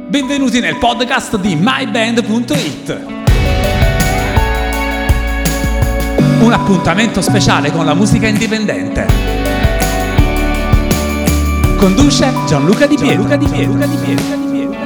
Benvenuti nel podcast di myband.it. Un appuntamento speciale con la musica indipendente. Conduce Gianluca Di Pietro.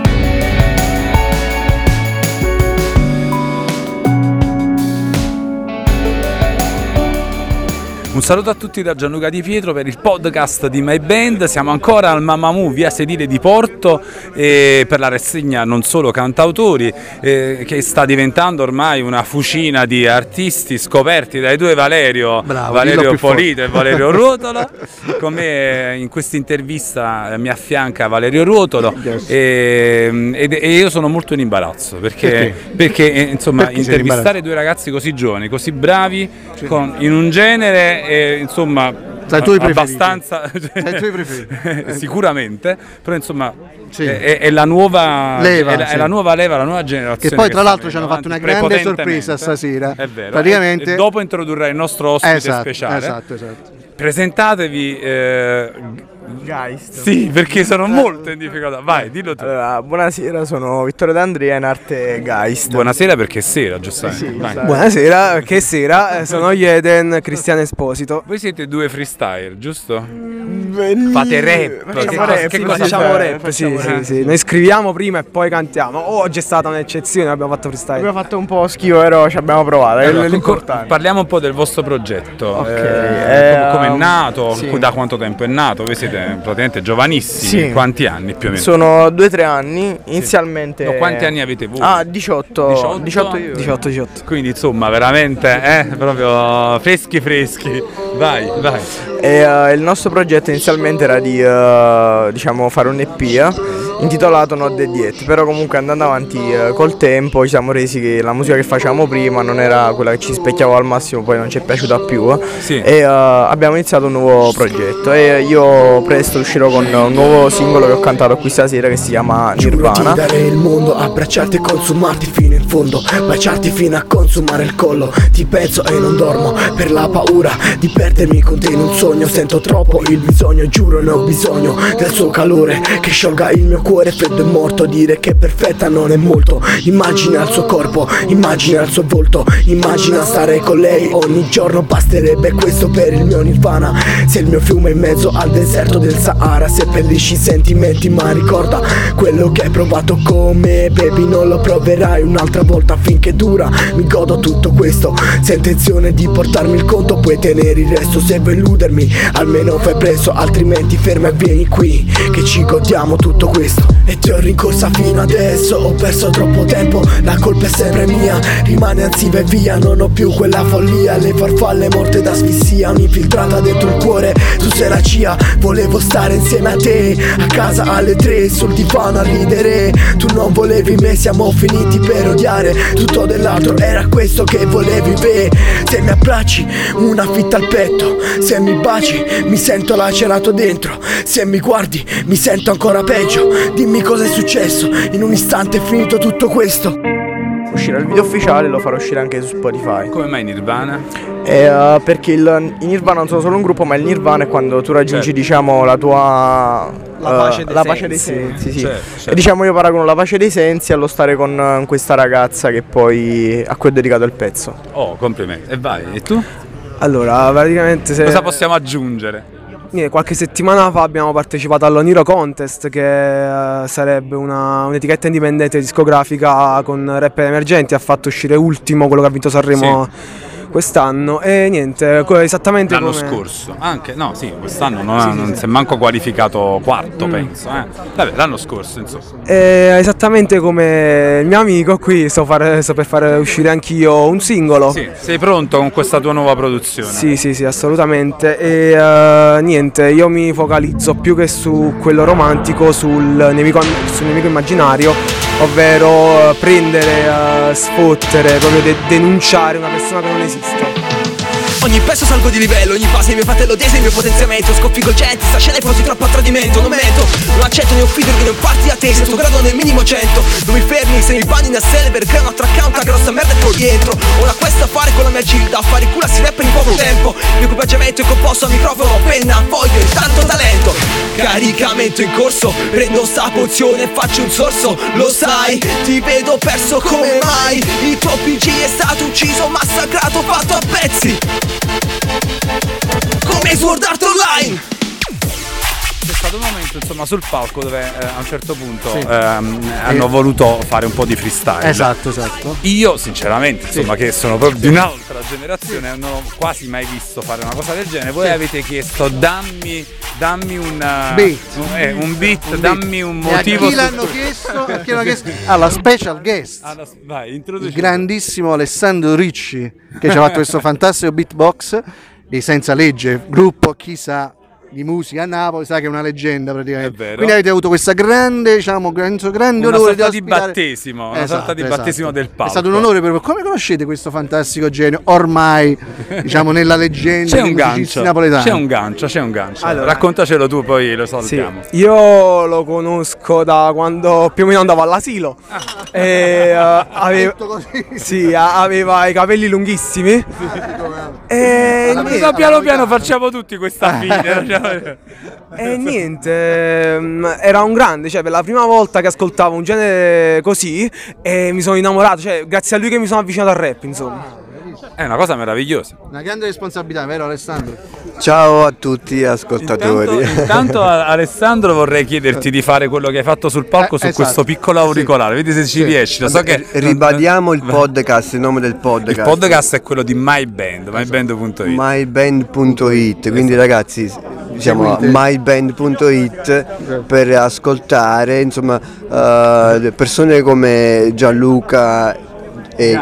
Un saluto a tutti da Gianluca Di Pietro per il podcast di My Band. Siamo ancora al Mamamoo via Sedile di Porto per la rassegna non solo cantautori che sta diventando ormai una fucina di artisti scoperti dai due Valerio Polito e Valerio Ruotolo. Con me in questa intervista mi affianca Valerio Ruotolo e io sono molto in imbarazzo perché insomma intervistare due ragazzi così giovani, così bravi in un genere insomma abbastanza sicuramente, però insomma sì. è la nuova leva, è la nuova leva, la nuova generazione che poi tra l'altro ci hanno fatto una grande sorpresa stasera. È vero. Praticamente e dopo introdurrai il nostro ospite speciale. Esatto. Presentatevi. Geist. Sì, perché sono molto in difficoltà. Vai, dillo tu. Allora, buonasera, sono Vittorio D'Andrea in arte Geist. Buonasera perché è sera, giustamente. Sì, buonasera, che sera, sono Jeden Cristiano Esposito. Voi siete due freestyle, giusto? Fate rap. Facciamo rap, sì. Noi scriviamo prima e poi cantiamo. Oggi è stata un'eccezione, abbiamo fatto freestyle. Abbiamo fatto un po' schifo, però ci abbiamo provato, allora, l'importante. Parliamo un po' del vostro progetto. Come è nato, da quanto tempo è nato? Voi siete praticamente giovanissimi. Sì. Quanti anni più o meno? Sono 2-3 anni, inizialmente. No, quanti anni avete voi? 18 io. 18. Quindi insomma veramente proprio freschi. Vai. E il nostro progetto inizialmente era di fare un EP intitolato Not Dead Yet, però comunque andando avanti col tempo ci siamo resi che la musica che facevamo prima non era quella che ci specchiava al massimo, poi non ci è piaciuta più e abbiamo iniziato un nuovo progetto e io presto uscirò con un nuovo singolo che ho cantato qui stasera che si chiama Nirvana. Giuro di dare il mondo, abbracciarti e consumarti fino in fondo, baciarti fino a consumare il collo. Ti penso e non dormo per la paura di perdermi con te in un sogno. Sento troppo il bisogno, giuro ne ho bisogno del suo calore che sciolga il mio cuore freddo e morto. Dire che è perfetta non è molto. Immagina il suo corpo, immagina il suo volto, immagina stare con lei ogni giorno. Basterebbe questo per il mio Nirvana. Se il mio fiume è in mezzo al deserto del Sahara, seppellisci i sentimenti ma ricorda quello che hai provato con me. Baby non lo proverai un'altra volta finché dura. Mi godo tutto questo, se hai intenzione di portarmi il conto puoi tenere il resto. Se vuoi illudermi almeno fai presto, altrimenti ferma e vieni qui che ci godiamo tutto questo. E ti ho rincorsa fino adesso, ho perso troppo tempo, la colpa è sempre mia. Rimane anzi vai via, non ho più quella follia. Le farfalle morte d'asfissia, un'infiltrata dentro il cuore. Tu sei la CIA, volevo stare insieme a te, a casa alle 3 sul divano a ridere. Tu non volevi me, siamo finiti per odiare. Tutto dell'altro era questo che volevi vedere. Se mi abbracci, una fitta al petto. Se mi baci, mi sento lacerato dentro. Se mi guardi, mi sento ancora peggio. Dimmi cosa è successo, in un istante è finito tutto questo. Uscirà il video ufficiale, lo farò uscire anche su Spotify. Come mai Nirvana? Perché i Nirvana non sono solo un gruppo, ma il Nirvana è quando tu raggiungi diciamo la tua la pace dei sensi, sì. Certo. E diciamo io paragono la pace dei sensi allo stare con questa ragazza che poi a cui ho dedicato il pezzo. Oh, complimenti. E vai, e tu? Allora, praticamente cosa possiamo aggiungere? Qualche settimana fa abbiamo partecipato all'Oniro Contest, che sarebbe un'etichetta indipendente discografica con rapper emergenti. Ha fatto uscire Ultimo, quello che ha vinto Sanremo quest'anno, e niente, esattamente l'anno come scorso anche, no sì, quest'anno non si è manco qualificato quarto, penso. Vabbè, l'anno scorso insomma. Esattamente come il mio amico qui sto per fare uscire anch'io un singolo. Sì, sei pronto con questa tua nuova produzione? Sì, assolutamente. E niente, io mi focalizzo più che su quello romantico, sul nemico immaginario, ovvero prendere, sfottere, proprio denunciare una persona che non esiste. Ogni pezzo salgo di livello, ogni fase il mio fratello dese il mio potenziamento. Sconfigo il gente, sta scena è quasi troppo a tradimento. Non mento, non accetto né offrido che non parti a te. Se tu grado nel minimo 100, non mi fermi, se mi bani nel server, creo un altro account, a grossa merda e poi dietro. Ho una quest a fare con la mia gilda, a fare culo si rapper in poco tempo. L'equipaggiamento è composto a microfono, penna, foglio e tanto talento. Caricamento in corso, prendo sta pozione e faccio un sorso. Lo sai, ti vedo perso come mai. Il tuo PG è stato ucciso, massacrato, fatto a pezzi come Sword Art Online. C'è stato un momento insomma sul palco dove a un certo punto hanno voluto fare un po' di freestyle. Esatto. Io sinceramente insomma che sono proprio di un'altra generazione non ho quasi mai visto fare una cosa del genere. Voi avete chiesto dammi un beat, dammi un motivo. A chi l'hanno chiesto? Alla special guest. Vai, il grandissimo Alessandro Ricci che ci ha fatto questo fantastico beatbox di Senza Legge, gruppo chissà di musica a Napoli, sa che è una leggenda praticamente. Quindi avete avuto questa grande, grande onore di ospitare. Una sorta di battesimo del palco. È stato un onore per voi. Come conoscete questo fantastico genio ormai nella leggenda dei musicisti napoletani? C'è un gancio. Allora, raccontacelo tu, poi lo salutiamo. Sì, io lo conosco da quando più o meno andavo all'asilo. Aveva i capelli lunghissimi. Piano piano facciamo tutti questa fine. E niente, era un grande, cioè per la prima volta che ascoltavo un genere così mi sono innamorato, cioè grazie a lui che mi sono avvicinato al rap, insomma. È una cosa meravigliosa. Una grande responsabilità, vero Alessandro? Ciao a tutti ascoltatori. Intanto Alessandro vorrei chiederti di fare quello che hai fatto sul palco su questo piccolo auricolare, vedi se ci riesci. Lo so che ribadiamo il podcast, il nome del podcast. Il podcast è quello di My Band, myband.it. Myband.it, quindi ragazzi diciamo myband.it per ascoltare insomma persone come Gianluca e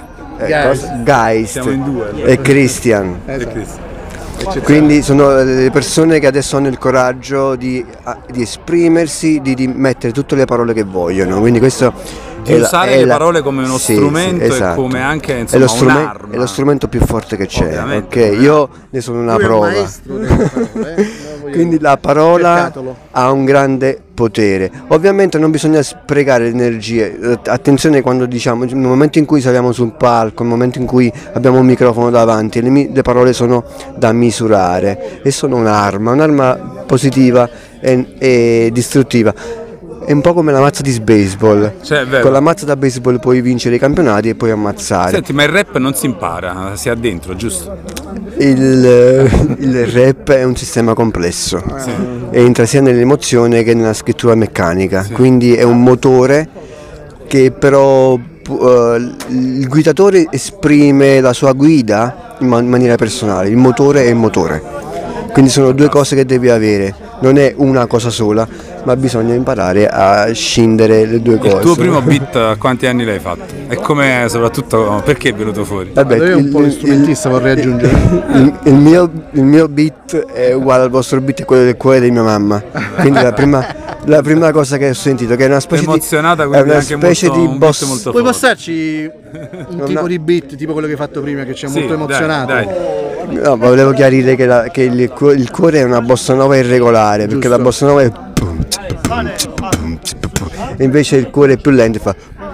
Geist e Christian. Quindi sono le persone che adesso hanno il coraggio di esprimersi, di mettere tutte le parole che vogliono. Quindi questo di usare le parole come uno strumento esatto. E come anche insomma, un'arma. È lo strumento più forte che c'è. Okay? Io ne sono una prova. Quindi la parola ha un grande potere. Ovviamente non bisogna sprecare le energie. Attenzione quando diciamo, nel momento in cui saliamo sul palco, nel momento in cui abbiamo un microfono davanti, le parole sono da misurare e sono un'arma positiva e distruttiva. È un po' come la mazza di baseball. Con la mazza da baseball puoi vincere i campionati e puoi ammazzare. Senti, ma il rap non si impara, si ha dentro, giusto? Il rap è un sistema complesso e entra sia nell'emozione che nella scrittura meccanica, quindi è un motore che però il guidatore esprime la sua guida in maniera personale, il motore è il motore, quindi sono due cose che devi avere, non è una cosa sola, ma bisogna imparare a scindere le due cose. Il tuo primo beat a quanti anni l'hai fatto? E come soprattutto perché è venuto fuori? Vabbè, io un po' strumentista vorrei aggiungere. Il mio beat è uguale al vostro beat e quello del cuore di mia mamma. Quindi la prima cosa che ho sentito che è una specie emozionata, di è una specie di boss. Molto puoi passarci un tipo di beat tipo quello che hai fatto prima che ci ha molto emozionato? Dai. No, ma volevo chiarire che il cuore è una bossa nova irregolare. Giusto. Perché la bossa nova è e invece il cuore è più lento e fa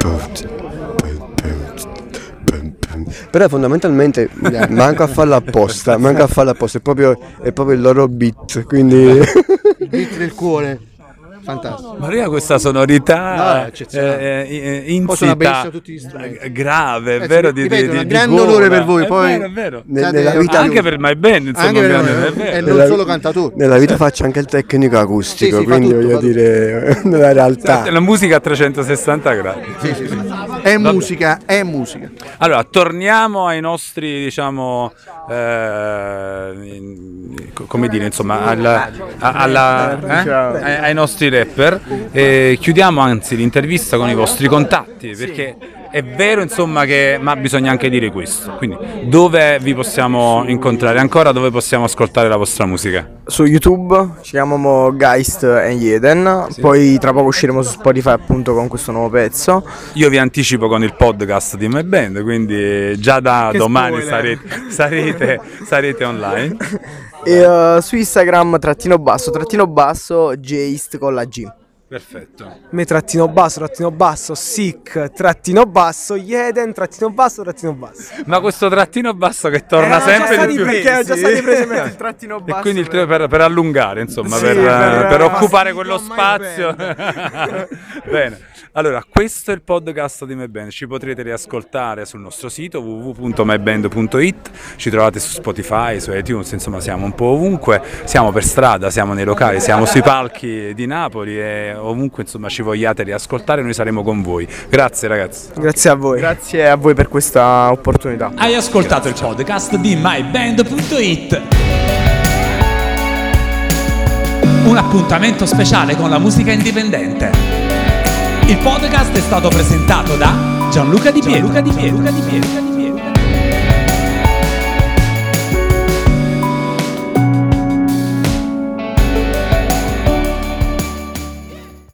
però fondamentalmente manco a farlo apposta, è proprio il loro beat, quindi il beat del cuore. Fantastico. Maria, questa sonorità insita, grave, è vero? Ripeto, un grande onore per voi. Poi è vero. Nella vita, anche per My Band, insomma, e non solo cantatori. Nella vita faccio anche il tecnico acustico, quindi voglio dire, nella realtà. La musica a 360 gradi. Sì. È musica. Allora, torniamo ai nostri, diciamo, come dire, insomma, ai nostri rapper. Chiudiamo anzi l'intervista con i vostri contatti, perché è vero insomma ma bisogna anche dire questo, quindi dove vi possiamo incontrare ancora, dove possiamo ascoltare la vostra musica? Su YouTube ci chiamiamo Geist and Jeden, poi tra poco usciremo su Spotify appunto con questo nuovo pezzo. Io vi anticipo con il podcast di My Band, quindi già da domani sarete online. E su Instagram __ Geist con la G. Perfetto. Me __ sick _ Jeden _ Ma questo trattino basso che torna sempre di più. Perché ho già stati presi il trattino basso. E quindi per allungare, insomma, Sì, per occupare quello spazio. Bene. Allora, questo è il podcast di My Band, ci potrete riascoltare sul nostro sito www.myband.it, ci trovate su Spotify, su iTunes, insomma siamo un po' ovunque, siamo per strada, siamo nei locali, siamo sui palchi di Napoli e ovunque insomma ci vogliate riascoltare, noi saremo con voi. Grazie ragazzi. Grazie a voi. Grazie a voi per questa opportunità. Hai ascoltato il podcast di myband.it. Un appuntamento speciale con la musica indipendente. Il podcast è stato presentato da Gianluca Di Pietro.